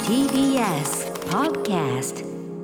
TBS Podcast。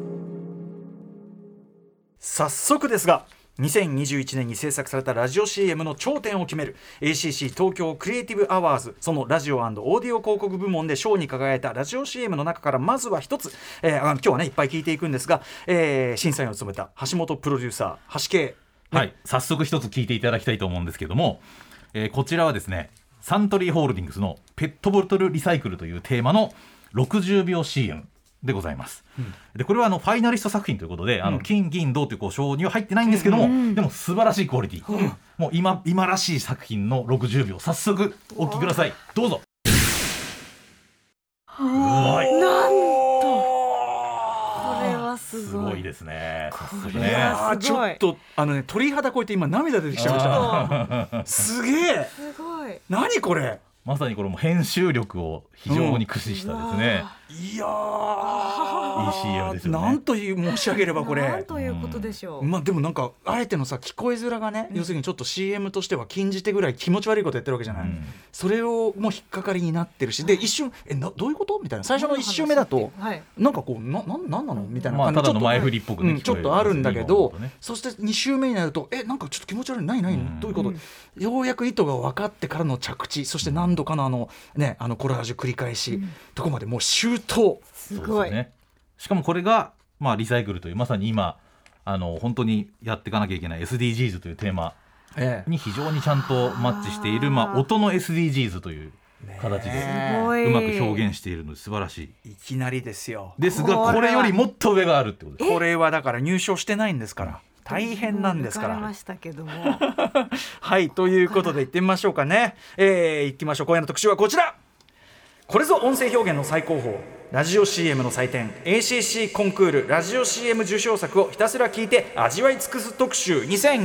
早速ですが2021年に制作されたラジオ CM の頂点を決める ACC 東京クリエイティブアワーズ、そのラジオ&オーディオ広告部門で賞に輝いたラジオ CM の中からまずは一つ、今日はねいっぱい聞いていくんですが、審査員を務めた橋本プロデューサー橋系、 はい、早速一つ聞いていただきたいと思うんですけども、こちらはですねサントリーホールディングスのペットボトルリサイクルというテーマの60秒 CM でございます、でこれはファイナリスト作品ということで、金銀銅という賞には入ってないんですけども、でも素晴らしいクオリティ、もう今らしい作品の60秒、早速お聞きください、どうぞ。すごいですね。 いやちょっと鳥肌こえて今涙出てきちゃいましたすげえ、 すごい、 何これ、 まさにこれも編集力を非常に駆使したですね、 いやいい CM ですよね。 なんと申し上げればこれなんということでしょう、 でもなんかあえてのさ聞こえづらがね、要するにちょっと CM としては禁じ手ぐらい気持ち悪いことやってるわけじゃない、それをもう引っかかりになってるし、で一瞬どういうことみたいな、最初の一周目だとなんかこうなんなのみたいな感じ、 ただの前振りっぽくね、 ちょっとあるんだけど、そして2周目になるとなんかちょっと気持ち悪い、ないどういうこと、ようやく意図が分かってからの着地、そして何度かのコラージュ繰り返し、とこまでもう周到、 すごい、 ね、しかもこれが、リサイクルというまさに今本当にやっていかなきゃいけない SDGs というテーマに非常にちゃんとマッチしている、音の SDGs という形でうまく表現しているので素晴らしい。 いきなりですよ。 ですがこれよりもっと上があるってことです。 これはだから入賞してないんですから大変なんですから。 ましたけどもはいということで行ってみましょうかね。行きましょう。今夜の特集はこちら。これぞ音声表現の最高峰、ラジオ CM の祭典 ACC コンクールラジオ CM 受賞作をひたすら聞いて味わい尽くす特集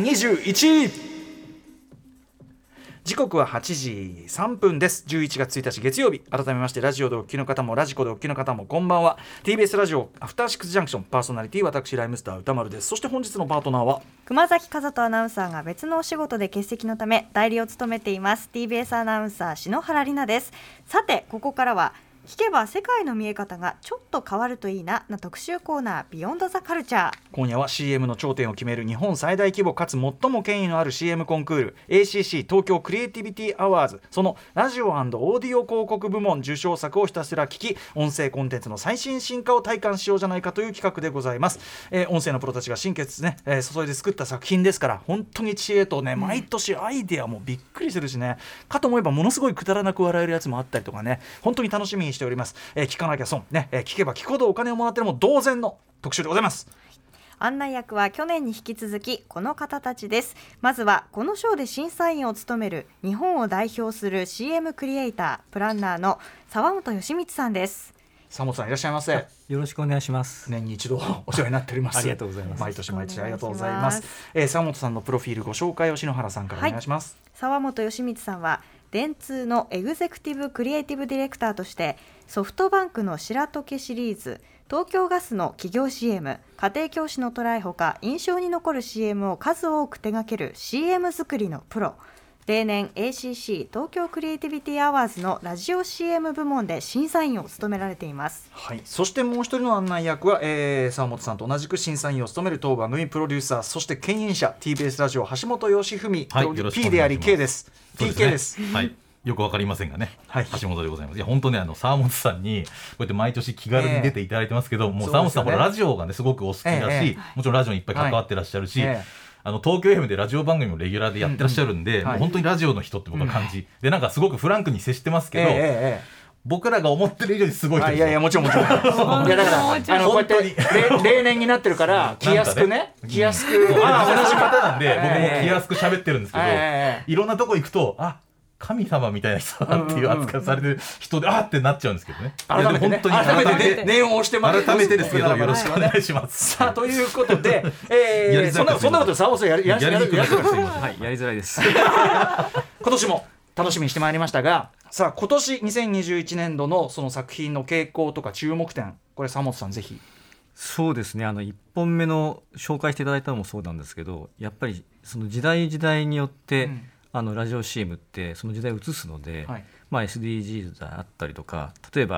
2021。時刻は8時3分です。11月1日月曜日、改めましてラジオでお聞きの方もラジコでお聞きの方もこんばんは。 TBS ラジオアフターシックスジャンクション、パーソナリティ私ライムスター歌丸です。そして本日のパートナーは熊崎和人アナウンサーが別のお仕事で欠席のため代理を務めています TBS アナウンサー篠原里奈です。さてここからは聞けば世界の見え方がちょっと変わるといいな特集コーナービヨンドザカルチャー。 今夜は CM の頂点を決める日本最大規模かつ最も権威のある CM コンクール ACC 東京クリエイティビティアワーズ、そのラジオ&オーディオ広告部門受賞作をひたすら聞き、音声コンテンツの最新進化を体感しようじゃないかという企画でございます。音声のプロたちが心血ね、注いで作った作品ですから、本当に知恵とね、毎年アイデアもびっくりするしね、かと思えばものすごいくだらなく笑えるやつもあったりとかね、本当に楽しみにしております。聞かなきゃ損ね、聞けば聞くほどお金をもらってるも同然の特集でございます。 案内役は去年に引き続きこの方たちです。まずはこの賞で審査員を務める日本を代表する CM クリエイタープランナーの沢本義光さんです。 沢本さんいらっしゃいませ。 よろしくお願いします。 年に一度お世話になっておりますありがとうございます。 毎年ありがとうございます。沢本さんのプロフィールご紹介を篠原さんからお願いします。 沢本義光さんは電通のエグゼクティブクリエイティブディレクターとしてソフトバンクの白時計シリーズ、東京ガスの企業 CM、 家庭教師のトライほか印象に残る CM を数多く手掛ける CM 作りのプロ。例年 ACC 東京クリエイティビティアワーズのラジオ CM 部門で審査員を務められています。 はい、そしてもう一人の案内役は、沢本さんと同じく審査員を務める当番組プロデューサー、そして牽引者 TBS ラジオ橋本義文、 はい、 P であり K です。 PK です。 はい、よくわかりませんがね、 はい、 橋本でございます。いや本当ね、沢本さんにこうやって毎年気軽に出ていただいてますけど、もう沢本さんほらラジオがねすごくお好きだし、もちろんラジオにいっぱい関わってらっしゃるし、東京 FM でラジオ番組もレギュラーでやってらっしゃるんで、もう本当にラジオの人って僕は感じ、でなんかすごくフランクに接してますけど、僕らが思ってる以上にすごい人です。 いやいやもちろんいやだからこうやって例年になってるから気安くね、気安く同じ方なんで僕も気安く喋ってるんですけど、いろんなとこ行くと神様みたいな人だっていう扱いされてる人でってなっちゃうんですけどね。 改めてね、改めて念を押してもらって改めてですけどよろしくお願いします。 さあということで、そんなこと沢本さんやりづらいです。 今年も楽しみにしてまいりましたが、さあ今年2021年度のその作品の傾向とか注目点、これ沢本さんぜひ。 そうですね、1本目の紹介していただいたのもそうなんですけど、やっぱりその時代によって、ラジオ CM ってその時代を映すので、SDGs であったりとか、例えば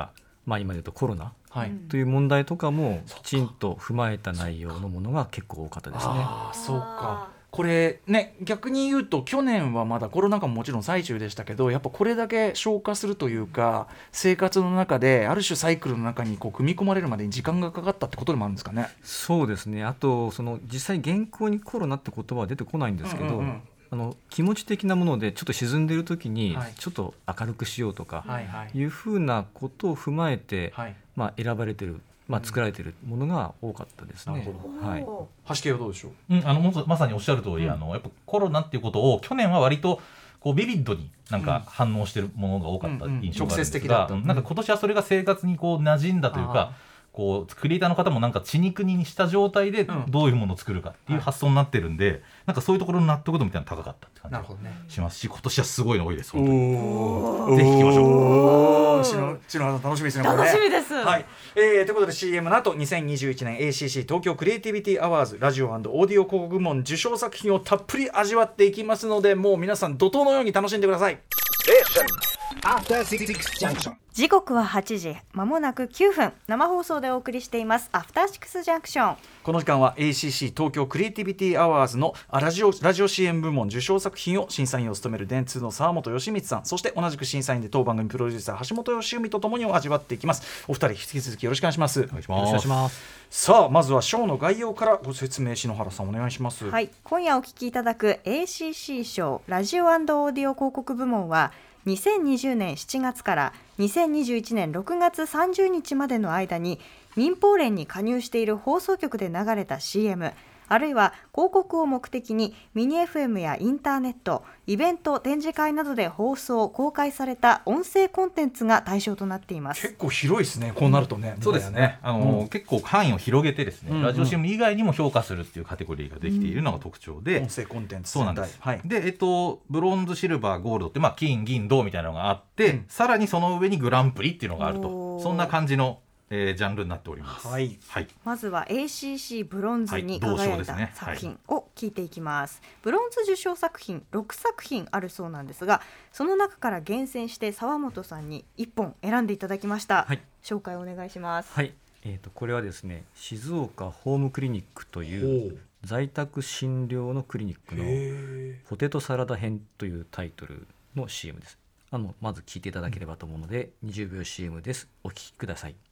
今で言うとコロナはいという問題とかもきちんと踏まえた内容のものが結構多かったですね。 ああそうか。これね、逆に言うと去年はまだコロナ禍ももちろん最中でしたけど、やっぱこれだけ消化するというか生活の中である種サイクルの中にこう組み込まれるまでに時間がかかったってことでもあるんですかね。 そうですね。あとその実際原稿にコロナって言葉は出てこないんですけど、気持ち的なものでちょっと沈んでいる時にちょっと明るくしようとかいうふうなことを踏まえて、選ばれてる、作られているものが多かったですね。 なるほど。 はい。 橋系はどうでしょう。 まさにおっしゃる通り、やっぱコロナっていうことを去年は割とこうビビッドになんか反応してるものが多かった印象があるんですが、なんか今年はそれが生活にこう馴染んだというか、こうクリエイターの方もなんか血肉にした状態でどういうものを作るかっていう発想になってるんで、なんかそういうところの納得度みたいなの高かったって感じしますし、今年はすごいの多いです。本当にぜひ聞きましょう。 篠原さん楽しみですね。 楽しみです。 はい。ということで CM の後2021年 ACC 東京クリエイティビティアワーズラジオ&オーディオ広告部門受賞作品をたっぷり味わっていきますので、もう皆さん怒涛のように楽しんでください。 時刻は8時、まもなく9分、生放送でお送りしていますアフターシックスジャンクション。 この時間は ACC 東京クリエイティビティアワーズのラジオ CM 部門受賞作品を審査員を務める電通の沢本義光さん、そして同じく審査員で当番組プロデューサー橋本義文とともに味わっていきます。お二人引き続きよろしくお願いします。 よろしくお願いします。 さあまずは賞の概要からご説明、篠原さんお願いします。 はい、今夜お聞きいただく ACC 賞ラジオ&オーディオ広告部門は2020年7月から2021年6月30日までの間に民放連に加入している放送局で流れた CM、 あるいは広告を目的にミニ FM やインターネット、イベント、展示会などで放送・公開された音声コンテンツが対象となっています。 結構広いですね、こうなるとね。 そうですね、結構範囲を広げてですね、ラジオ CM 以外にも評価するっていうカテゴリーができているのが特徴で、 音声コンテンツ。 そうなんです、で、ブロンズ、シルバー、ゴールドって、金、銀、銅みたいなのがあって、さらにその上にグランプリっていうのがあると、そんな感じのジャンルになっております。 まずは ACC ブロンズに輝いた作品を聞いていきます。ブロンズ受賞作品6作品あるそうなんですが、その中から厳選して沢本さんに1本選んでいただきました。紹介お願いします。 これはですね、静岡ホームクリニックという在宅診療のクリニックのポテトサラダ編というタイトルの CM です。まず聞いていただければと思うので、20秒 CM です。お聞きください。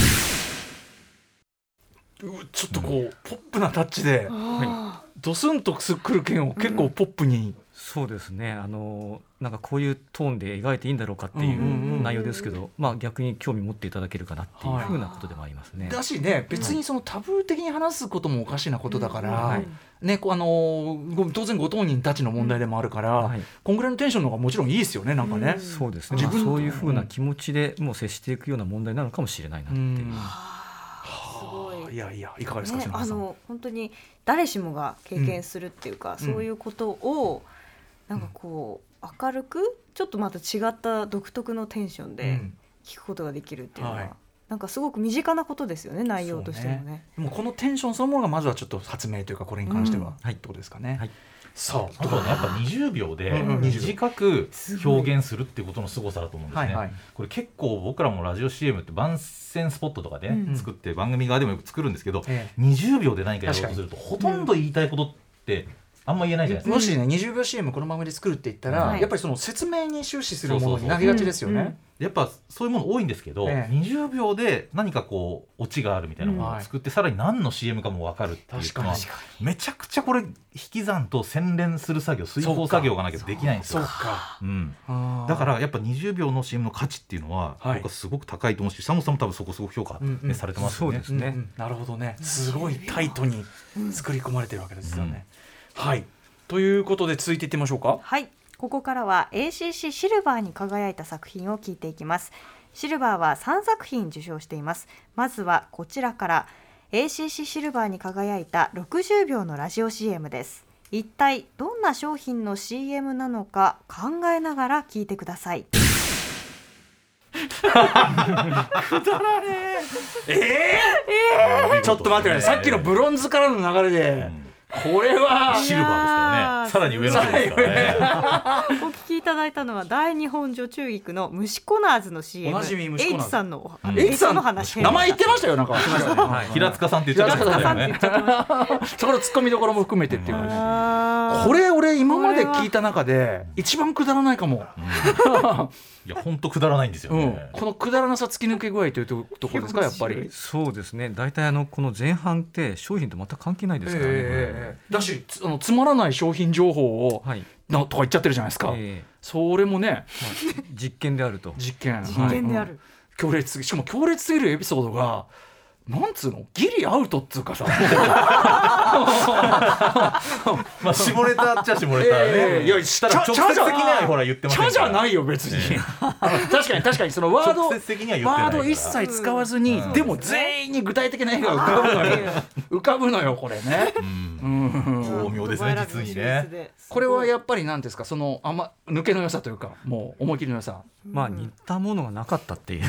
ちょっとこう、ポップなタッチで、ドスンとくる剣を結構ポップに、 そうですね、なんかこういうトーンで描いていいんだろうかっていう内容ですけど、逆に興味持っていただけるかなっていうふうなことでもありますね。 だしね、別にそのタブー的に話すこともおかしなことだから、当然ご当人たちの問題でもあるから、こんぐらいのテンションの方がもちろんいいですよね。なんかね、 そうですね、そういうふうな気持ちでもう接していくような問題なのかもしれないなっていう。 いやいかがですか、篠原さん。 本当に誰しもが経験するっていうか、そういうことをなんかこう明るくちょっとまた違った独特のテンションで聞くことができるっていうのは、なんかすごく身近なことですよね、内容としてもね。 でもこのテンションそのものがまずはちょっと発明というか、これに関してはってことですかね。 そう、あとはね、やっぱ20秒で短く表現するっていうことの凄さだと思うんですね。これ結構僕らもラジオ CM って番宣スポットとかで作って番組側でもよく作るんですけど、20秒で何かやろうとするとほとんど言いたいことってあんま言えないじゃないですか。 もしね、20秒 CM この番組で作るって言ったら、やっぱりその説明に終始するものになりがちですよね。 やっぱそういうもの多いんですけど、20秒で何かこうオチがあるみたいなものを作って、さらに何の CM かも分かるっていうのは、めちゃくちゃこれ引き算と洗練する作業、遂行作業がなきゃできないんですよ。だからやっぱ20秒の CM の価値っていうのは僕はすごく高いと思うし、サムさんも多分そこすごく評価されてますよね。 そうですね。 なるほどね。すごいタイトに作り込まれてるわけですよね。はい。ということで続いていってみましょうか。 はい、ここからは ACC シルバーに輝いた作品を聞いていきます。シルバーは3作品受賞しています。まずはこちらから ACC シルバーに輝いた60秒のラジオ CM です。一体どんな商品の CM なのか考えながら聞いてください。 くだらねえ。ちょっと待ってください。さっきのブロンズからの流れで、 これはシルバーですからね。さらに上の方ですからね。 お聞きいただいたのは大日本女中菊の虫コナーズの CM。 おなじみ虫コナーズ H さんの、 H さんの話。 名前言ってましたよなんか平塚さんって言っちゃってましたよね。 そこのツッコミどころも含めてっていう感じ。これ俺今まで聞いた中で一番くだらないかも。 いや本当くだらないんですよね。 このくだらなさ突き抜け具合というところですかやっぱり。 そうですね。大体この前半って商品と全く関係ないですからね。 だしつまらない商品情報を、とか言っちゃってるじゃないですか。それもね、 実験であると。 実験である。 強烈しかも強烈すぎるエピソードが。なんつうのギリアウトっつうかさまあ下ネタっちゃ下ネタね。 いや直接的にはほら言ってませんから。 じゃないよ別に。確かにそのワード一切使わずに、でも全員に具体的な絵が浮かぶのよこれね。 巧妙ですね実にね。 これはやっぱり何ですかその抜けの良さというかもう思い切りの良さ。 まあ似たものがなかったっていう。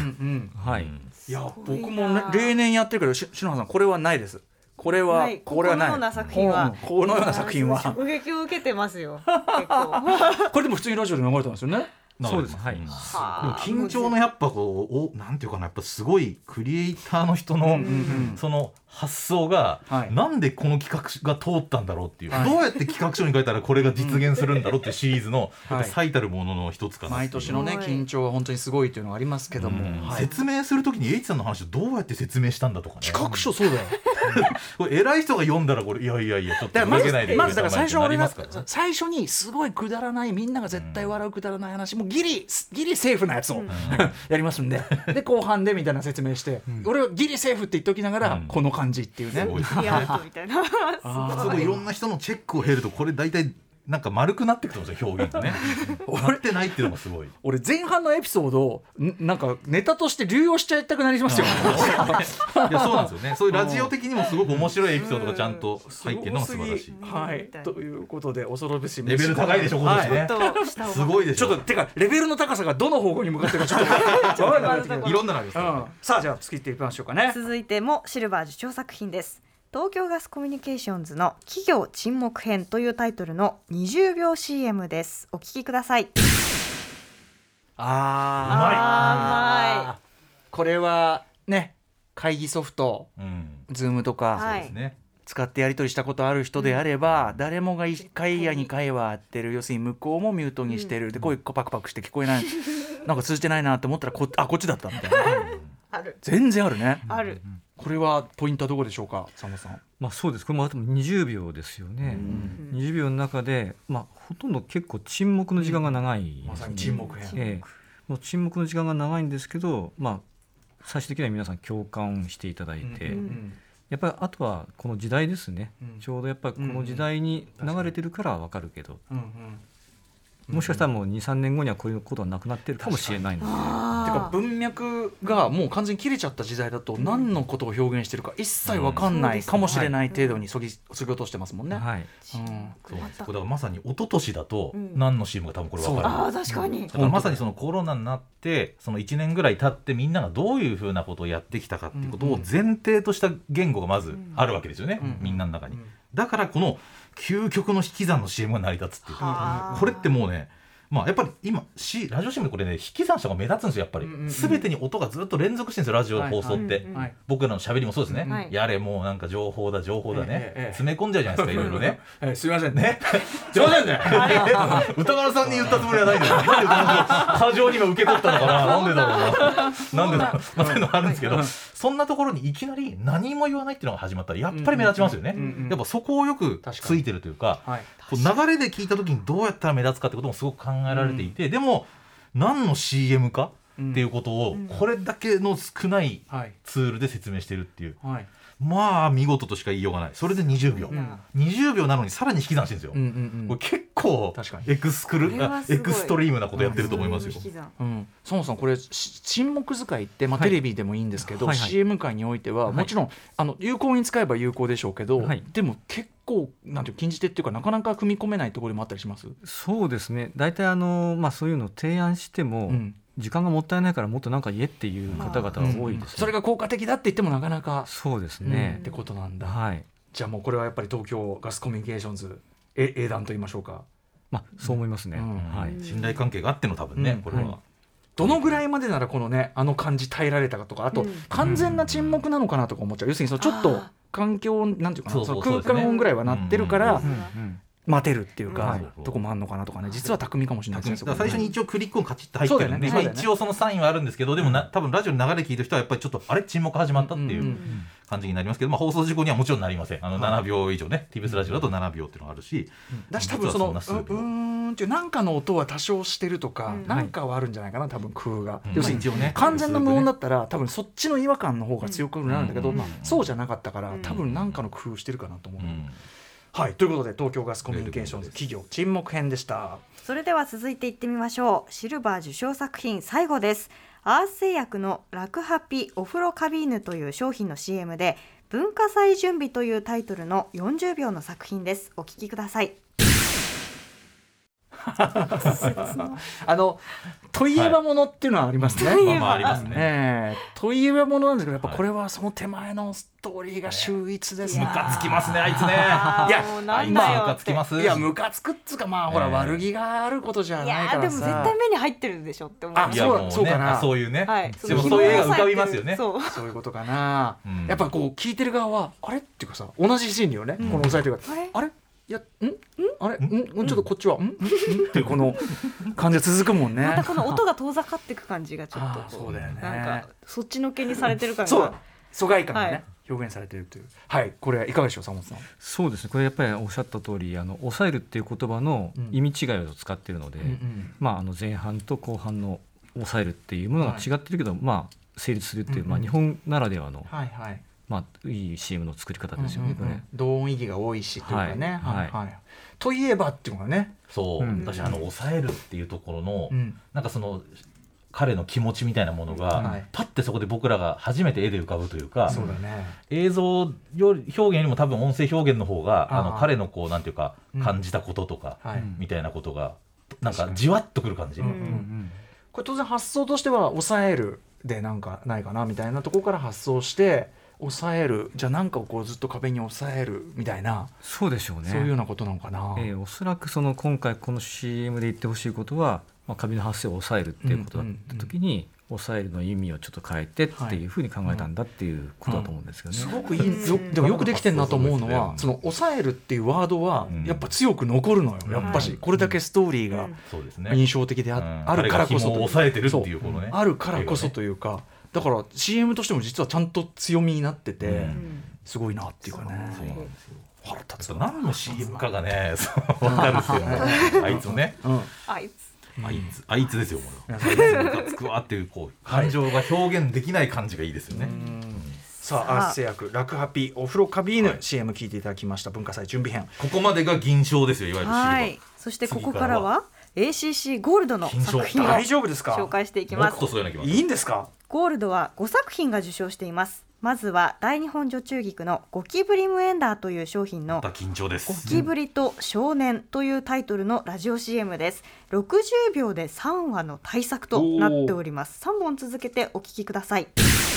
はい。 いや僕も、ね、例年やってるけど篠原さんこれはないです。これはないこのような作品はこのような作品は衝撃を受けてますよ結構これでも普通にラジオで流れてますよね。 そうです。はい。 でも緊張のやっぱこうなんていうかなやっぱすごいクリエイターの人のその発想がなんでこの企画が通ったんだろうっていう、どうやって企画書に書いたらこれが実現するんだろうっていうシリーズの最たるものの一つかな。 毎年のね緊張は本当にすごいっていうのがありますけども、 説明するときに H さんの話をどうやって説明したんだとかね。 企画書そうだよ。 これ偉い人が読んだらこれいやちょっと動けないでまずだから最初俺が最初にすごいくだらないみんなが絶対笑うくだらない話もギリセーフなやつをやりますんで、で後半でみたいな説明して、俺はギリセーフって言っておきながらこの感じっていうね。 いやみたいな。 すごいいろんな人のチェックを経るとこれ大体なんか丸くなってくるんですよ表現がね。なってないっていうのがすごい。 俺前半のエピソードをなんかネタとして流用しちゃいたくなりますよ。いやそうなんですよね。そういうラジオ的にもすごく面白いエピソードがちゃんと入ってるのが素晴らしい。 はい。ということで恐ろしいレベル高いでしょ今年ね。すごいでしょ。 ちょっとてかレベルの高さがどの方向に向かってるかちょっと分からなくなってきて。 いろんなのありますからね。 さあじゃあ次行っていきましょうかね。 続いてもシルバー受賞作品です。東京ガスコミュニケーションズの企業沈黙編というタイトルの20秒 CM です。お聞きください。 うまい。これはね会議ソフト、Zoom とか、 そうですね、 使ってやり取りしたことある人であれば、誰もが1回や2回はやってる。要するに向こうもミュートにしてる。で声パクパクして聞こえないなんか通じてないなと思ったらこっちだったみたいな。 ある。 全然あるね。 ある。 これはポイントはどこでしょうか佐野さん。 まあそうです。これもあと20秒ですよね。20秒の中で、ほとんど結構沈黙の時間が長い、 まさに沈黙編、 もう沈黙の時間が長いんですけど、最終的には皆さん共感していただいて、やっぱりあとはこの時代ですね、ちょうどやっぱりこの時代に流れてるから分かるけど、もしかしたらもう 2,3 年後にはこういうことはなくなってるかもしれないので、 てか文脈がもう完全に切れちゃった時代だと何のことを表現してるか一切分かんないかもしれない程度にそぎ落としてますもんね。 だからまさに一昨年だと何の CM が多分これ分かる。 確かに。 だからまさにそのコロナになってその1年ぐらい経ってみんながどういうふうなことをやってきたかっていうことを前提とした言語がまずあるわけですよね、みんなの中に。だからこの究極の引き算の CM が成り立つっていう、これってもうね、やっぱり今ラジオ CM でこれね引き算した方が目立つんですよ。やっぱり全てに音がずっと連続してるんですよラジオ放送って、僕らの喋りもそうですね、やれもうなんか情報だね、詰め込んじゃうじゃないですかいろいろね。 すいませんねすいませんね歌丸さんに言ったつもりはないんだよ。なんで過剰に今受け取ったのかな、なんでだろうな、なんでだろう、そういうのあるんですけど、そんなところにいきなり何も言わないっていうのが始まったらやっぱり目立ちますよね。やっぱそこをよくついてるというか、こう流れで聞いた時にどうやったら目立つかってこともすごく考えられていて、でも何の CM かっていうことをこれだけの少ないツールで説明してるっていう、見事としか言いようがない。それで20秒、20秒なのにさらに引き算してるんですよ、これ結構エクストリームなことやってると思いますよ。 そもそもこれ沈黙使いって、テレビでもいいんですけど、CM 界においてはもちろん有効に使えば有効でしょうけど、でも結構なんていう禁じ手っていうかなかなか踏み込めないところもあったりします。 そうですね。大体そういうのを提案しても、時間がもったいないからもっと何か言えっていう方々が多いです、ね。 それが効果的だって言ってもなかなかそうですね、 ってことなんだ。 じゃあもうこれはやっぱり東京ガスコミュニケーションズ英断と言いましょうか。 そう思いますね、はい、 信頼関係があっての多分ね、これは、 どのぐらいまでならこのね感じ耐えられたかとか、あと完全な沈黙なのかなとか思っちゃう。要するにそのちょっと環境なんていうかな、その空間音ぐらいは鳴ってるから待てるっていうか、とこもあんのかなとかね、実は巧みかもしれないですね。 最初に一応クリック音カチッと入ってるんで、一応そのサインはあるんですけど、でも多分ラジオの流れ聞いた人はやっぱりちょっとあれ沈黙始まったっていう感じになりますけど、放送事故にはもちろんなりません。7秒以上ね、TBS ラジオだと7秒っていうのがあるし、 だし多分そのっていうなんかの音は多少してるとか、なんかはあるんじゃないかな、多分空が、要するに完全な無音だったら多分そっちの違和感の方が強くなるんだけど、そうじゃなかったから多分なんかの工夫してるかなと思う。はい、ということで東京ガスコミュニケーションズ企業沈黙編でした。 それでは続いていってみましょう。シルバー受賞作品最後です。アース製薬のラクハピお風呂カビーヌという商品の CM で文化祭準備というタイトルの40秒の作品です。お聞きください。 といえばものっていうのはありますね。 ありますね。 といえばものなんですけど、やっぱこれはその手前のストーリーが秀逸ですね。 ムカつきますね、あいつね。 ムカつきます。 いやムカつくっつうか、ほら悪気があることじゃないからさ。 いやでも絶対目に入ってるでしょって思う。 そうかな。 そういうね。 でもそういう映画浮かびますよね。 そういうことかな。やっぱこう聞いてる側はあれっていうかさ、同じ心理をね、この抑えてるからあれいやあれちょっとこっちはっていうこの感じが続くもんね。 またこの音が遠ざかっていく感じがちょっとそうだよね。 なんかそっちのけにされてる感が、 そう疎外感がね、表現されているという。はい、これはいかがでしょう、坂本さん。 そうですね、これやっぱりおっしゃった通り抑えるっていう言葉の意味違いを使っているので、前半と後半の抑えるっていうものが違ってるけど、成立するっていう、日本ならではのいい CM の作り方ですよね。これ同音異義が多いしというかね。といえばっていうのがね、 そう、私抑えるっていうところのなんかその彼の気持ちみたいなものがパッてそこで僕らが初めて絵で浮かぶというか、映像表現よりも多分音声表現の方が彼のこうなんていうか感じたこととかみたいなことがなんかじわっとくる感じ。 これ当然発想としては抑えるでなんかないかなみたいなところから発想して抑える、じゃあなんかをこうずっと壁に抑えるみたいな、 そうでしょうね。 そういうようなことなのかな。 おそらく今回この CM で言ってほしいことは、カビの発生を抑えるっていうことだった時に、抑えるの意味をちょっと変えてっていうふうに考えたんだっていうことだと思うんですよね。 すごくいいでもよくできてるなと思うのは、その抑えるっていうワードはやっぱ強く残るのよ。やっぱしこれだけストーリーが印象的であるからこそ、 抑えてるっていうことね、 あるからこそというか、だから CM としても実はちゃんと強みになってて、すごいなっていうかね。腹立つ。 何の CM かがね分かるんですよね。あいつね、あいつですよ。ムカつくわっていう感情が表現できない感じがいいですよね。 さあ、アース製薬ラクハピお風呂カビーヌ CM 聞いていただきました。文化祭準備編、 ここまでが銀賞ですよ、いわゆるシルバー。 そしてここからは ACC ゴールドの作品を大丈夫ですか、 紹介していきます。 いいんですか。 ゴールドは5作品が受賞しています。まずは大日本女中菊のゴキブリムエンダーという商品のゴキブリと少年というタイトルのラジオ CM です。60秒で3話の大作となっております。3本続けてお聞きください。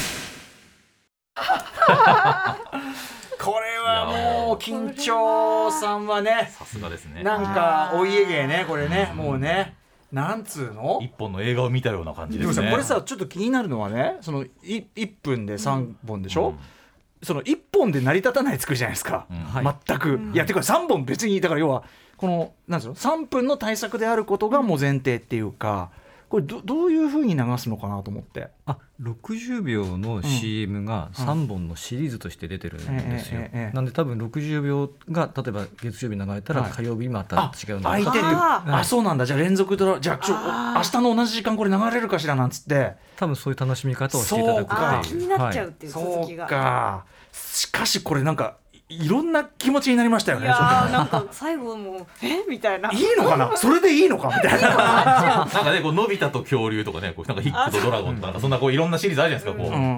これはもう緊張さんはね、 さすがですね。 なんかお家芸ね、これね、もうね、なんつうの、 一本の映画を見たような感じですね。 でもさ、これさちょっと気になるのはね、その 1分で3本でしょ、その1本で成り立たない作りじゃないですか、全く。いやてか3本別にだから要はこのなんつうの3分の大作であることがもう前提っていうか、これ どういう風に流すのかなと思って。 60秒の CM が3本のシリーズとして出てるんですよ。なんで多分60秒が例えば月曜日流れたら火曜日また違うのがそうなんだ。じゃあ連続ドラ、じゃあ明日の同じ時間これ流れるかしらなんつって、 多分そういう楽しみ方をしていただくっていう。 気になっちゃうっていう続きが。 そうか。しかしこれなんかいろんな気持ちになりましたよね。 いやなんか最後もみたいな、いいのかな、それでいいのかみたいな。 なんかね、こうのび太と恐竜とかね、なんかヒックとドラゴンとか、そんなこういろんなシリーズあるじゃないですか。こう、 あと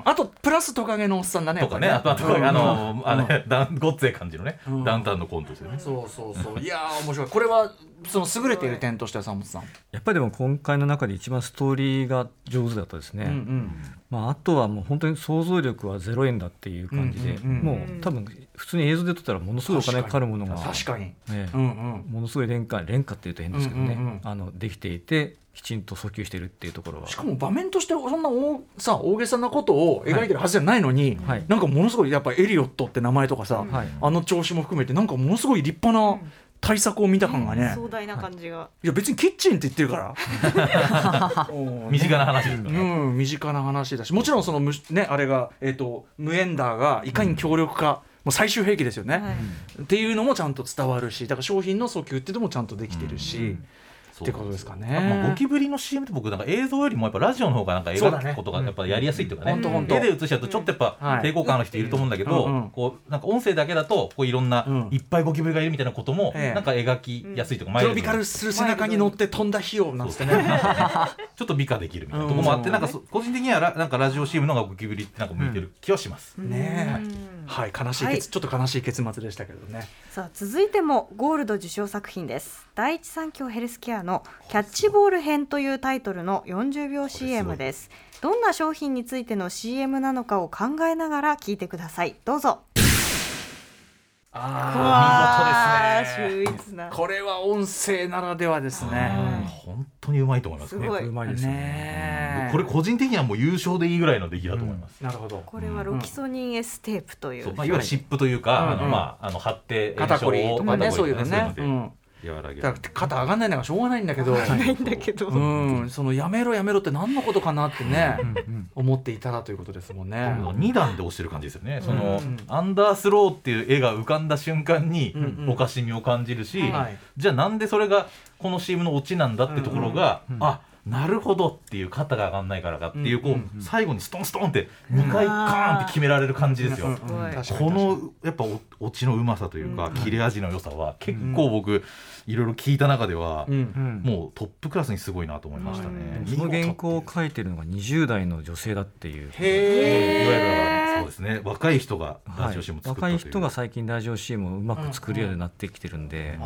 プラストカゲのおっさんだねとかね、あとはごっつええ感じのね、ダウンタウンのコントですよね。 そういやー面白い。これはその優れている点としては、坂本さんやっぱりでも今回の中で一番ストーリーが上手だったですね。あとはもう本当に想像力は0円だっていう感じで、もう多分普通に映像で撮ったらものすごいお金かかるものが確かに、 ものすごい廉価っていうと変ですけどね、できていてきちんと訴求しているっていうところは、 しかも場面としてそんな大げさなことを描いてるはずじゃないのに、なんかものすごいやっぱエリオットって名前とかさ、あの調子も含めてなんかものすごい立派な対策を見た感がね、 壮大な感じが、 いや別にキッチンって言ってるから身近な話ですからね、 身近な話だし、もちろんそのねあれがムエンダーがいかに強力か、もう最終兵器ですよね、っていうのもちゃんと伝わるし、だから商品の訴求っていうのもちゃんとできてるし、ってことですかね。 ゴキブリの CM って僕なんか映像よりもやっぱラジオの方がなんか描くことがやっぱやりやすいというかね、絵で映しちゃうとちょっとやっぱ抵抗感ある人いると思うんだけど、こうなんか音声だけだとこういろんないっぱいゴキブリがいるみたいなこともなんか描きやすいとか、 トロピカルする背中に乗って飛んだ火をなんつってねちょっと美化できるみたいなところもあって、なんか個人的にはなんかラジオ CM の方がゴキブリってなんか向いてる気はしますね。はい、悲しいちょっと悲しい結末でしたけどね。 さあ続いてもゴールド受賞作品です。第一三共ヘルスケアのキャッチボール編というタイトルの40秒 CM です。どんな商品についての CM なのかを考えながら聞いてください。どうぞ。 見事ですね。 秀逸な。 これは音声ならではですね。 本当にうまいと思いますね。 うまいですね。 これ個人的にはもう優勝でいいぐらいの出来だと思います。 なるほど。 これはロキソニン S テープという、 いわゆる湿布というか、貼って肩こりとかね、そういうのね。 和らげる。 だから肩上がんないのがしょうがないんだけど、そのやめろって何のことかなってね思っていたらということですもんね。 2段で押してる感じですよね。そのアンダースローっていう絵が浮かんだ瞬間におかしみを感じるし、じゃあなんでそれがこの CM のオチなんだってところが、なるほどっていう、肩が上がんないからかっていう、こう最後にストンストンって2回カーンって決められる感じですよ。このやっぱオチのうまさというか切れ味の良さは結構僕いろいろ聞いた中ではもうトップクラスにすごいなと思いましたね。 その原稿を書いてるのが20代の女性だっていう、いわゆるそうですね、若い人がラジオ CM を作ったという、 若い人が最近ラジオ CM をうまく作るようになってきてるんで、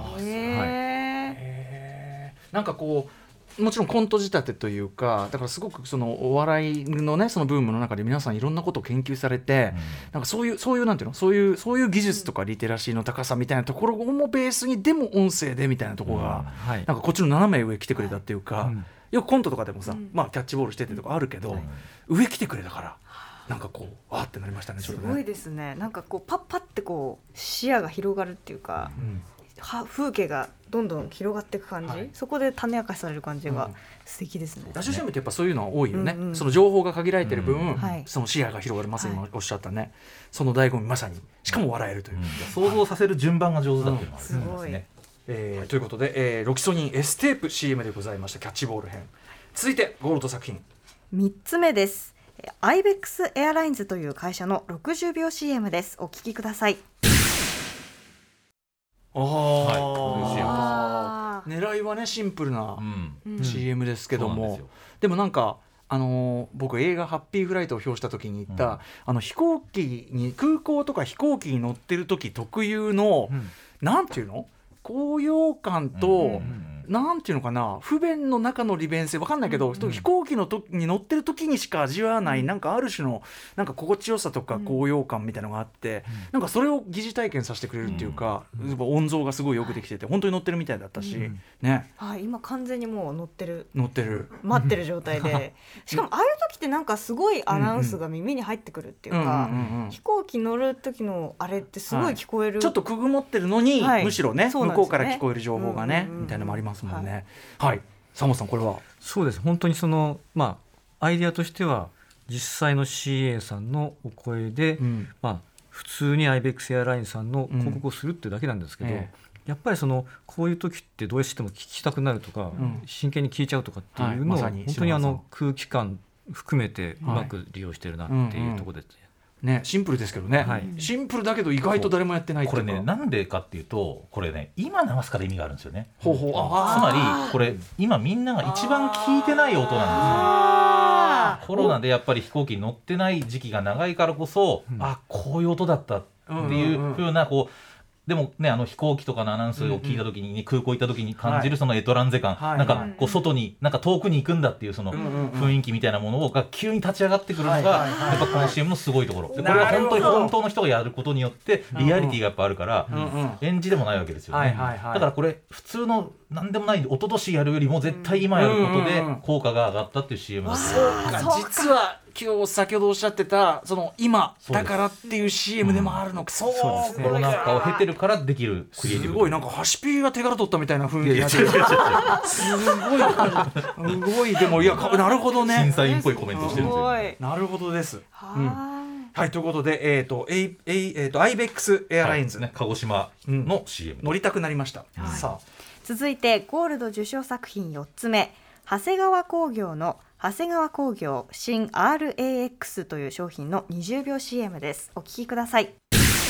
なんかこうもちろんコント仕立てというか、だからすごくそのお笑いのねそのブームの中で皆さんいろんなことを研究されて、なんかそういうなんていうの、そういう技術とかリテラシーの高さみたいなところもベースに、でも音声でみたいなところが、なんかこっちの斜め上来てくれたっていうか、よくコントとかでもさ、キャッチボールしててとかあるけど、上来てくれたからなんかこうわーってなりましたね。 すごいですね。なんかこうパッパってこう視野が広がるっていうか、風景がどんどん広がっていく感じ、そこで種明かしされる感じが素敵ですね。 ラジオ CM ってやっぱそういうのは多いよね。その情報が限られてる分、その視野が広がる、まさに今おっしゃったね、その醍醐味、まさにしかも笑えるという、 想像させる順番が上手だっていうのはすごいね。 ということで、ロキソニン S テープ CM でございました。キャッチボール編。続いてゴールド作品 3つ目です。アイベックスエアラインズという会社の60秒 CM です。お聞きください。 狙いはねシンプルな CM ですけども、でもなんか僕映画ハッピーフライトを表した時に言った、飛行機に空港とか飛行機に乗ってる時特有の、なんていうの高揚感と、なんていうのかな、不便の中の利便性わかんないけど、飛行機の時に乗ってる時にしか味わわない、なんかある種のなんか心地よさとか高揚感みたいなのがあって、なんかそれを疑似体験させてくれるっていうか、音像がすごいよくできてて本当に乗ってるみたいだったし、ね。 今完全にもう乗ってる待ってる状態でしかもああいう時ってなんかすごいアナウンスが耳に入ってくるっていうか、飛行機乗る時のあれってすごい聞こえる、 ちょっとくぐもってるのに、むしろね向こうから聞こえる情報がね、みたいなのもありますもんね。はい、佐本さんこれは。 そうです、本当にそのアイデアとしては実際の CA さんのお声で、普通に IBEX エアラインさんの広告をするっていうだけなんですけど、やっぱりこういう時ってどうしても聞きたくなるとか、真剣に聞いちゃうとかっていうのを、本当に空気感含めてうまく利用してるなっていうところですね。シンプルですけどね、シンプルだけど意外と誰もやってないっていうか、 これね、なんでかっていうと、これね今流すから意味があるんですよね。つまりこれ今みんなが一番聞いてない音なんですよ。 コロナでやっぱり飛行機に乗ってない時期が長いからこそ、こういう音だったっていう風なこうでもね、飛行機とかのアナウンスを聞いた時に、空港行った時に感じるそのエトランゼ感、なんかこう外になんか遠くに行くんだっていうその雰囲気みたいなものが急に立ち上がってくるのがやっぱこの CM のすごいところで、これは本当の人がやることによってリアリティがやっぱあるから演じでもないわけですよね。だからこれ普通の何でもない一昨年やるよりも絶対今やることで効果が上がったっていう CM だと思う。 実は今日先ほどおっしゃってたその今だからっていう CM でもあるのか。そうですね。 コロナ禍を経てるからできるクリエイティブ。 すごいなんかハシピーが手柄取ったみたいな雰囲気になってる。すごいでもいやなるほどね。 審査員っぽいコメントしてるんですよ。 なるほどです。はい、ということでアイベックスエアラインズ、 鹿児島の CM 乗りたくなりました。さあ続いてゴールド受賞作品4つ目、長谷川工業の長谷川工業新 RAX という商品の20秒 CM です。お聞きください。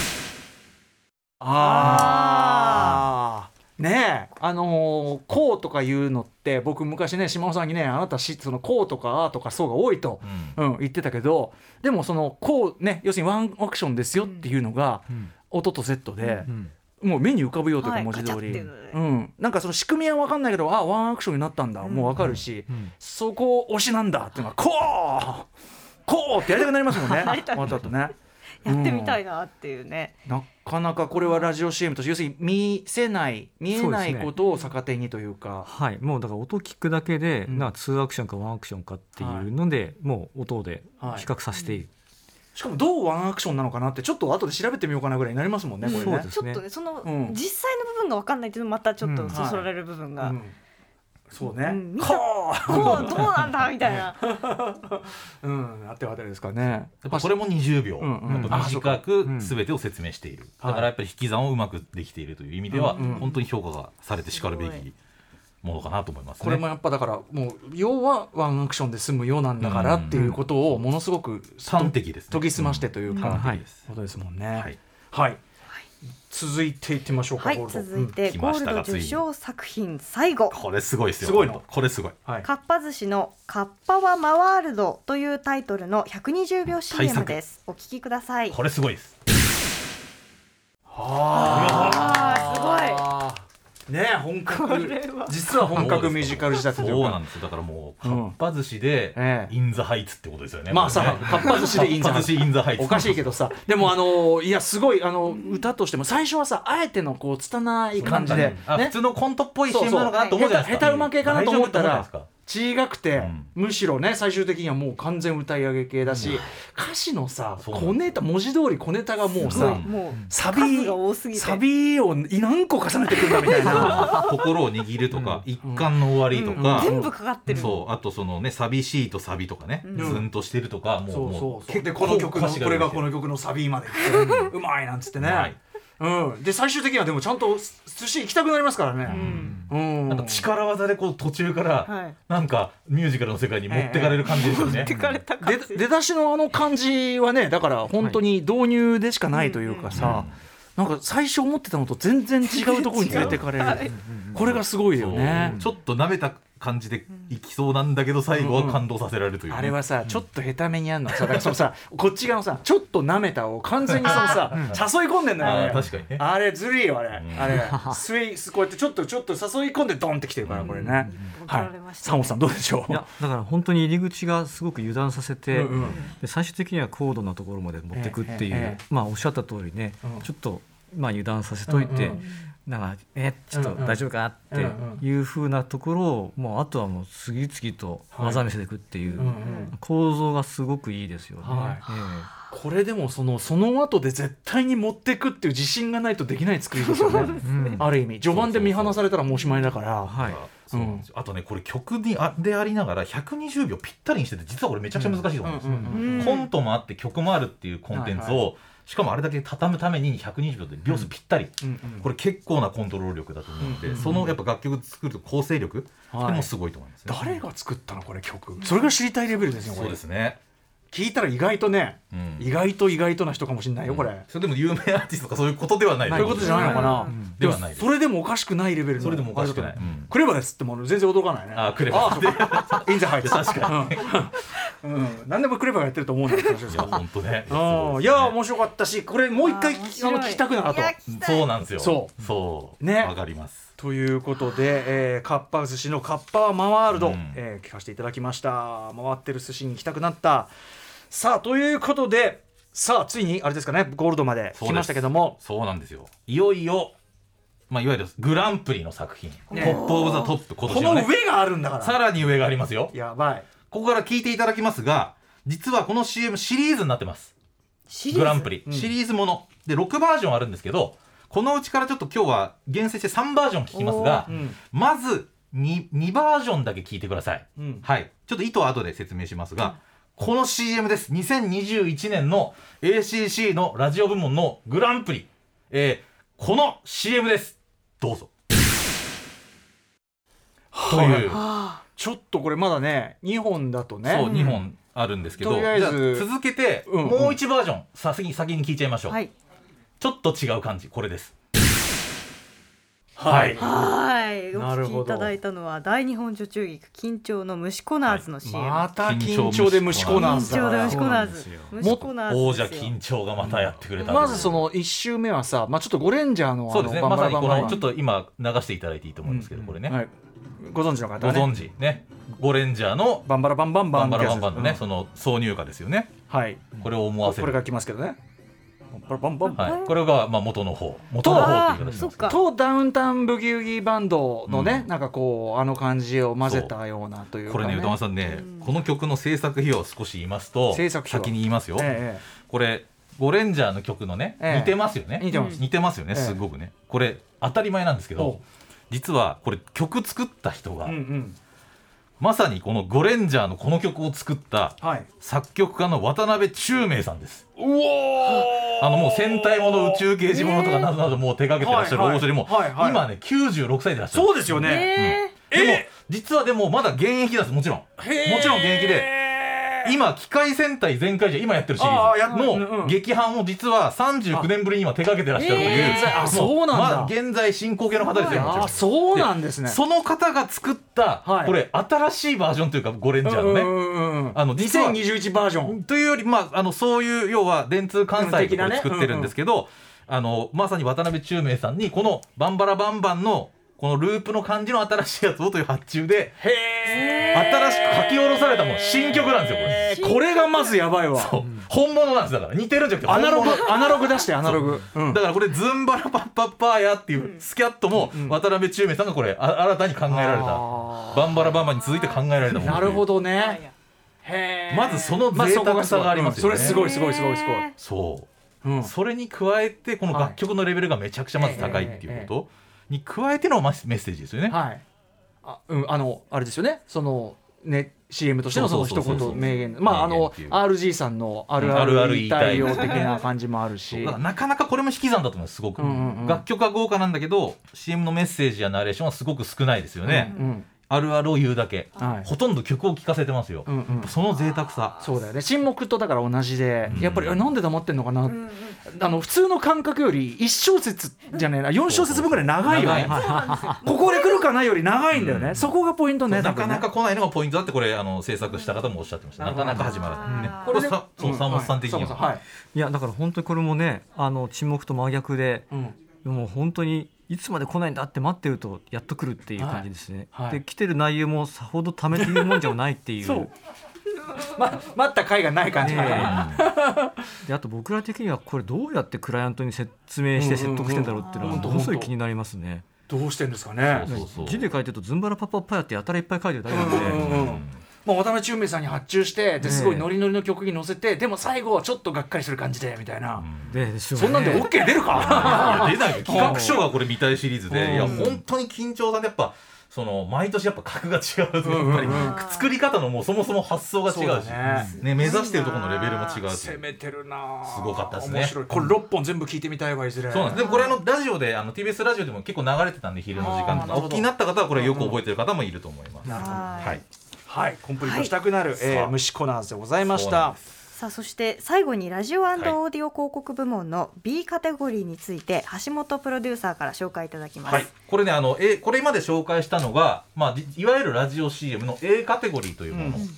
ねえこうとかいうのって僕昔ね島尾さんにねあなたそのこうとかあとかそうが多いと、言ってたけど、でもそのこうね要するにワンアクションですよっていうのが、音とセットで、もう目に浮かぶよというか文字通り、なんかその仕組みは分かんないけどワンアクションになったんだ、もう分かるし、そこ推しなんだっていうのがこうってやりたくなりますもんね。わざとねやってみたいなっていうね、 なかなかこれはラジオ CM として要するに見えないことを逆手にというか、 はい、もうだから音聞くだけで、2アクションか1アクションかっていうので、もう音で比較させている、 しかもどうワンアクションなのかなってちょっと後で調べてみようかなぐらいになりますもんね、これね。 そうですね。 ちょっとねその、実際の部分が分かんないっていうのもまたちょっとそそられる部分が、 そうね、 こうどうなんだみたいなあってはてですかね。 やっぱこれも20秒、短く全てを説明している、だからやっぱり引き算をうまくできているという意味では、本当に評価がされてしかるべきものかなと思いますね。 これもやっぱだからもう要はワンアクションで済むようなんだからっていうことをものすごく端的ですね、 研ぎ澄ましてというか、ことですもんね。はい、続いていってみましょうか。 続いてゴールド受賞作品最後、 これすごいですよ。 すごいのこれすごい、 かっぱ寿司のカッパはマワールドというタイトルの120秒 CM です。お聞きください。 これすごいです。 すごいね、本格実は本格ミュージカル仕立てというか、 そうなんですよ。だからもうかっぱ寿司でインザハイツってことですよね。 まあさ、かっぱ寿司でインザハイツおかしいけどさ、でもいやすごい歌としても最初はさあえてのこう拙い感じで、 普通のコントっぽい CM なのかなと思うじゃないですか。 下手うま系かなと思ったら違くて、むしろね最終的にはもう完全歌い上げ系だし、歌詞のさ小ネタ、文字通り小ネタがもうさサビを何個重ねてくるんだみたいな心を握るとか、一巻の終わりとか、 全部かかってる。 そうあとそのね寂しいとサビとかね、ズンとしてるとか、もうでこの曲のこれがこの曲のサビまでうまいなんつってね。で最終的にはでもちゃんと寿司行きたくなりますからね。 なんか力技でこう途中からなんかミュージカルの世界に持ってかれる感じですよね。 出だしのあの感じはね、だから本当に導入でしかないというかさ、なんか最初思ってたのと全然違うところに連れてかれるこれがすごいよね。 ちょっと舐めた感じでいきそうなんだけど最後は感動させられるという、 あれはさちょっと下手めにやんのさ、だからそのさこっち側のさちょっと舐めたを完全にそのさ誘い込んでんのよ。 確かにね、 あれずるいよあれ、こうやってちょっと誘い込んでドンってきてるからこれね。坂本さんどうでしょう。 いやだから本当に入り口がすごく油断させて、で最終的には高度なところまで持ってくっていう、おっしゃった通りね、ちょっと油断させといて、なんかちょっと大丈夫かっていう風なところを、もうあとはもう次々と技見せていくっていう構造がすごくいいですよね。 これでもその後で絶対に持っていくっていう自信がないとできない作りですよね。ある意味序盤で見放されたらもうおしまいだから。 あとねこれ曲でありながら120秒ぴったりにしてて、実はこれめちゃくちゃ難しいと思うんですよ。コントもあって曲もあるっていうコンテンツをしかもあれだけ畳むために120秒で秒数ぴったり、これ結構なコントロール力だと思うので、そのやっぱ楽曲作ると構成力でもすごいと思いますね。 誰が作ったのこれ曲、それが知りたいレベルですよ。 そうですね。 聞いたら意外とね、意外とな人かもしれないよこれ。 それでも有名アーティストとかそういうことではない。 そういうことじゃないのかな。 ではない。 それでもおかしくないレベルの。 それでもおかしくない。 クレバですっても全然驚かないね。 クレバいいんじゃないですか。 何でもクレバがやってると思うんだけど本当ね。 いや面白かったし、これもう一回聞きたくなると。 そうなんですよ。 そうね、 わかります。 ということで、かっぱ寿司のカッパマワールド、聞かせていただきました。回ってる寿司に行きたくなった。さあということで、さあついにあれですかね、ゴールドまで来ましたけども、 そうなんですよ。いよいよ、いわゆるグランプリの作品、トップオブザトップ、今年のね、 この上があるんだから、 さらに上がありますよ。 やばい。 ここから聞いていただきますが、実はこの CM シリーズになってます。グランプリ、シリーズもので6バージョンあるんですけど、このうちからちょっと今日は厳選して3バージョン聞きますが、まず 2バージョンだけ聞いてください。はい、ちょっと意図は後で説明しますが、この CM です。2021年の ACC のラジオ部門のグランプリ、この CM です。どうぞ。という、 ちょっとこれまだね2本だとね、 そう2本あるんですけど、 とりあえずじゃあ続けて、もう1バージョン先に聞いちゃいましょう。ちょっと違う感じ、これです。 はい、お聞きいただいたのは大日本女中劇緊張の虫コナーズの CM。 また緊張で虫コナーズだ。 王者緊張がまたやってくれた。 まずその1周目はさ、ちょっとゴレンジャーのそうですね、まさにこのちょっと今流していただいていいと思うんですけど、これね、 ご存知の方ね、 ご存知ね、ゴレンジャーのバンバラバンバンバンのね、その挿入歌ですよね。はい、これを思わせる、 これが来ますけどね。 これが元の方っていう形ですとダウンタウンブギウギバンドのね、なんかこう感じを混ぜたようなというか、 これね、歌丸さんね、この曲の制作費用を少し言いますと、先に言いますよ。これゴレンジャーの曲のね、似てますよね。似てますよね、すごくね。これ当たり前なんですけど、実はこれ曲作った人がまさにこのゴレンジャーのこの曲を作った作曲家の渡辺宙明さんです。もう戦隊もの宇宙刑事ものとかなどなどもう手掛けてらっしゃる大御所でも今ね96歳でいらっしゃる。 そうですよね。 でも実はでもまだ現役なんです。もちろん現役で、今機械戦隊全開じゃ今やってるシリーズの劇伴を実は39年ぶりに今手掛けてらっしゃるという、 そうなんだ、 現在進行形の方ですよ。 そうなんですね。 その方が作ったこれ新しいバージョンというか、ゴレンジャーのね、 2021バージョンというより、そういう要は電通関西で作ってるんですけど、まさに渡辺宙明さんにこのバンバラバンバンのこのループの感じの新しいやつをという発注で新しく書き下ろされたもの、新曲なんですよ。 これがまずやばいわ。 本物なんです。だから似てるんじゃなくてアナログ出してアナログ、 だからこれズンバラパッパッパーやっていうスキャットも渡辺宙明さんがこれ新たに考えられた、バンバラバンバンに続いて考えられたもの。 なるほどね。 まずその贅沢さがありますよね。 それすごい。 そう、それに加えてこの楽曲のレベルがめちゃくちゃまず高いっていうことに加えてのメッセージですよね。 あれですよね、そのね CM としてのその一言名言、RG さんのあるある言いたいよ的な感じもあるし、 なかなかこれも引き算だと思います。すごく楽曲は豪華なんだけど CM のメッセージやナレーションはすごく少ないですよね。あるあるを言うだけ、ほとんど曲を聴かせてますよ。その贅沢さ。 そうだよね。沈黙とだから同じで、やっぱりなんで黙ってんのかな、普通の感覚より1小節じゃねえな、4小節分ぐらい長いよね。ここで来るかなより長いんだよね。そこがポイントね。 なかなか来ないのがポイントだって、これ制作した方もおっしゃってました。なかなか始まらないね。これ山本さん的には、 いやだから本当にこれもね、沈黙と真逆で、もう本当にいつまで来ないんだって待ってるとやっと来るっていう感じですね。で来てる内容もさほどためているもんじゃないっていうそう待った甲斐がない感じ、 であと僕ら的にはこれどうやってクライアントに説明して説得してんだろうっていうのはものすごい気になりますね。 どうしてんですかね。 字で書いてるとズンバラパッパッパやってやたらいっぱい書いてるだけなんで、 渡辺宙明さんに発注してですごいノリノリの曲に乗せて、でも最後ちょっとがっかりする感じでみたいな、そんなんで OK 出るか出ない。企画書がこれ見たいシリーズで、いや本当に緊張さんでやっぱその毎年やっぱ格が違うと、やっぱり作り方のもうそもそも発想が違うし、ね、目指してるところのレベルも違うし、 攻めてるな。 すごかったですね。 面白い。これ6本全部聞いてみたいわ、いずれ。 そうなんです。でもこれラジオでTBS ラジオでも結構流れてたんで、昼の時間とかお聞きになった方はこれよく覚えてる方もいると思います。 はい、コンプリートしたくなる、虫コナーズでございました。 さあそして最後にラジオ&オーディオ広告部門の B カテゴリーについて橋本プロデューサーから紹介いただきます。 これねこれまで紹介したのが、いわゆるラジオ CM の A カテゴリーというもので、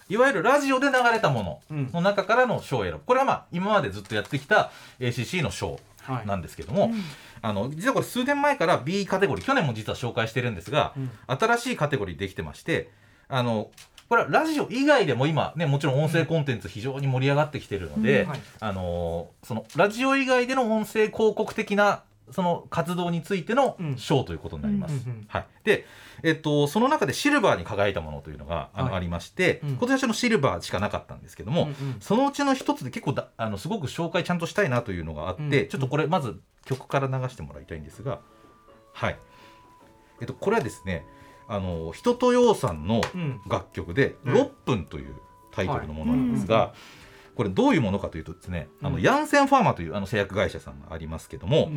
いわゆるラジオで流れたものの中からの賞を選ぶ、これはまあ今までずっとやってきた ACC の賞なんですけども、実はこれ数年前から B カテゴリー、去年も実は紹介してるんですが、新しいカテゴリーできてまして、これはラジオ以外でも今ね、もちろん音声コンテンツ非常に盛り上がってきてるので、そのラジオ以外での音声広告的なその活動についての賞ということになります。はい、で、その中でシルバーに輝いたものというのがありまして、今年はシルバーしかなかったんですけども、そのうちの一つで結構すごく紹介ちゃんとしたいなというのがあって、ちょっとこれまず曲から流してもらいたいんですが、はい、これはですね、人とようさんの楽曲で6分というタイトルのものなんですが、これどういうものかというとですね、ヤンセンファーマという製薬会社さんがありますけども、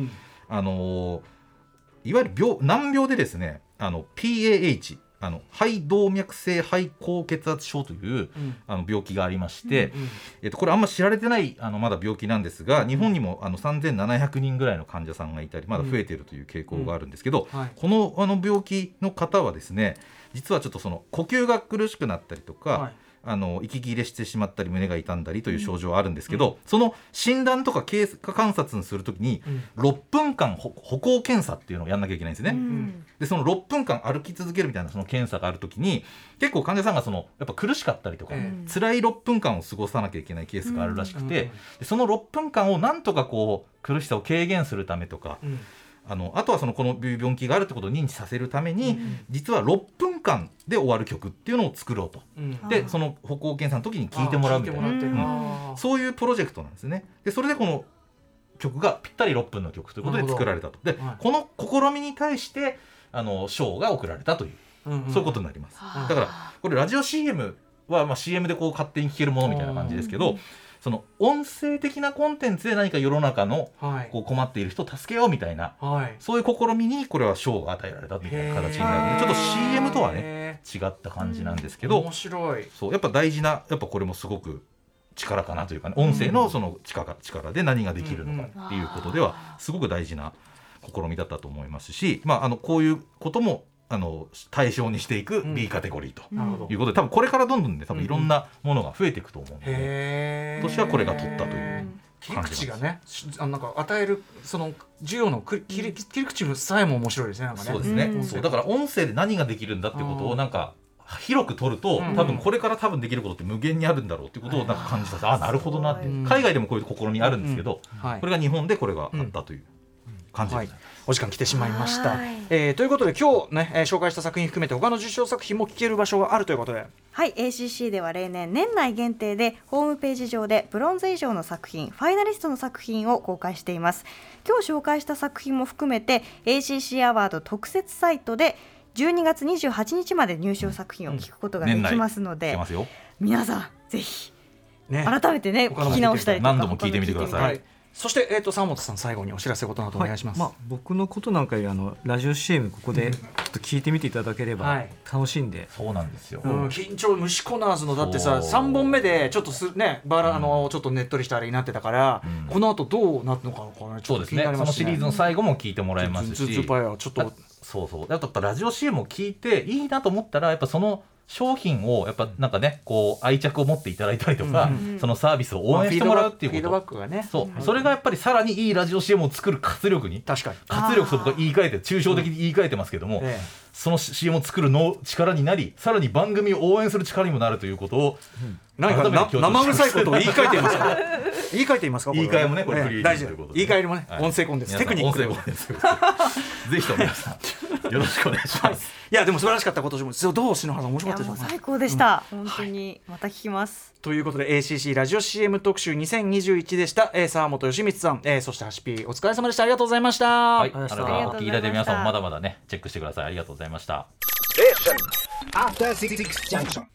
いわゆる難病でですね、PAH、肺動脈性肺高血圧症という、病気がありまして、これあんま知られてないまだ病気なんですが、日本にも3700人ぐらいの患者さんがいたり、まだ増えているという傾向があるんですけど、この病気の方はですね、実はちょっとその呼吸が苦しくなったりとか、息切れしてしまったり胸が痛んだりという症状はあるんですけど、その診断とか経過観察にするときに6分間歩行検査っていうのをやんなきゃいけないんですね。でその6分間歩き続けるみたいなその検査があるときに、結構患者さんがやっぱ苦しかったりとか、辛い6分間を過ごさなきゃいけないケースがあるらしくて、でその6分間をなんとか苦しさを軽減するためとか、あとはこの病気があるってことを認知させるために、実は6分間で終わる曲っていうのを作ろうと、でその歩行検査の時に聴いてもらうみたいな、そういうプロジェクトなんですね。でそれでこの曲がぴったり6分の曲ということで作られたと。で、この試みに対して賞が贈られたという、そういうことになります。だからこれラジオ CM はCM で勝手に聴けるものみたいな感じですけど、その音声的なコンテンツで何か世の中の困っている人を助けようみたいな、そういう試みにこれは賞が与えられたみたいな形になるので、ちょっと CM とはね違った感じなんですけど、 面白い。 そうやっぱ大事な、やっぱこれもすごく力かなというかね、音声のその力で何ができるのかっていうことではすごく大事な試みだったと思いますし、こういうことも対象にしていく B カテゴリーということで、多分これからどんどんね、多分いろんなものが増えていくと思うので、今年はこれが取ったという切り口がね、なんか与えるその授業の切り口さえも面白いですね。なんかね。 そうですね。そうだから音声で何ができるんだってことをなんか広く取ると、多分これからできることって無限にあるんだろうっていうことをなんか感じさせて、なるほどなって。海外でもこういう試みあるんですけど、これが日本でこれがあったという感じです。 お時間来てしまいました。ということで今日ね、紹介した作品含めて他の受賞作品も聞ける場所があるということで、 はい、ACC では例年年内限定でホームページ上でブロンズ以上の作品、ファイナリストの作品を公開しています。今日紹介した作品も含めて ACC アワード特設サイトで12月28日まで入賞作品を聞くことができますので、皆さんぜひ改めてね聞き直したりとか何度も聞いてみてください。 そして、沢本さん、最後にお知らせことなどお願いします。 僕のことなんかよりラジオ CM ここでちょっと聞いてみていただければ楽しんで、 そうなんですよ。 緊張虫コナーズのだってさ3本目でちょっとねちょっとねっとりしたあれになってたから、この後どうなるのかちょっと気になりますね。 そのシリーズの最後も聞いてもらえますし、 ちょっとそうやっぱラジオ CM を聞いていいなと思ったら、やっぱその商品をやっぱなんかね愛着を持っていただいたりとか、そのサービスを応援してもらうっていうこと、 フィードバックがね、 それがやっぱりさらにいいラジオ CM を作る活力に、活力と僕は言い換えて抽象的に言い換えてますけども、その CM を作るの力になり、さらに番組を応援する力にもなるということを、 何か生臭いことを言い換えていますか言い換えていますか。 言い換えもね、これフリー大事。言い換えもね、音声コンテンツテクニックでぜひとも皆さんよろしくお願いします。 いやでも素晴らしかった。今年もどう篠原さん面白かったでしょうか。 最高でした。本当にまた聞きます。 ということで ACC ラジオ CM 特集2021でした。沢本義光さん、そしてハシピーお疲れ様でした。ありがとうございました。 はい、お聞きいただいて皆さんもまだまだねチェックしてください。ありがとうございました。